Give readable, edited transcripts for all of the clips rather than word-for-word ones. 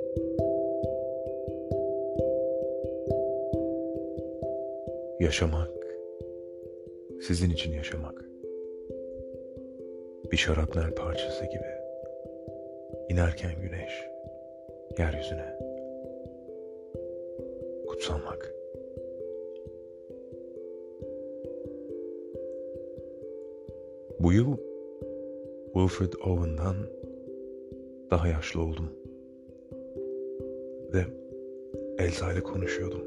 Yaşamak, sizin için yaşamak. Bir şarapnel parçası gibi. İnerken güneş, yeryüzüne. Kutsanmak. Bu yıl Wilfred Owen'dan daha yaşlı oldum. Ve Elsa ile konuşuyordum.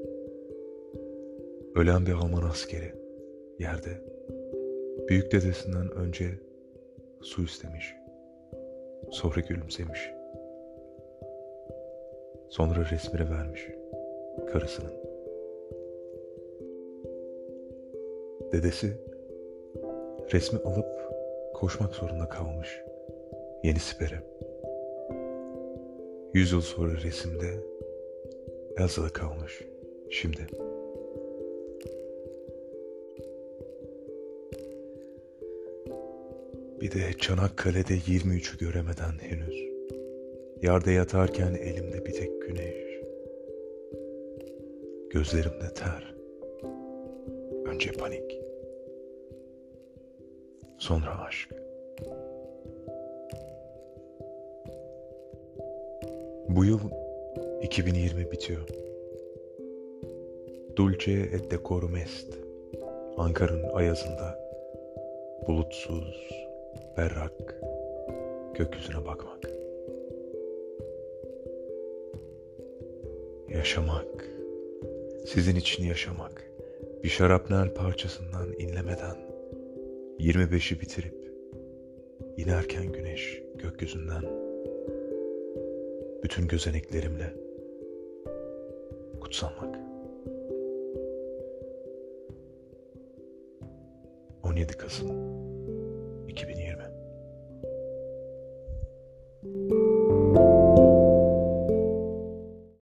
Ölen bir Alman askeri yerde büyük dedesinden önce su istemiş. Sonra gülümsemiş. Sonra resmini vermiş karısının. Dedesi resmi alıp koşmak zorunda kalmış yeni sipere. 100 yıl sonra resimde Elsa'da kalmış şimdi. Bir de Çanakkale'de 23'ü göremeden henüz. Yerde yatarken elimde bir tek güneş. Gözlerimde ter. Önce panik. Sonra aşk. Bu yıl 2020 bitiyor. Dulce et decorum est. Ankara'nın ayazında bulutsuz, berrak gökyüzüne bakmak. Yaşamak, sizin için yaşamak. Bir şarapnel parçasından inlemeden 25'i bitirip inerken güneş gökyüzünden bütün gözeneklerimle kutsanmak. 17 Kasım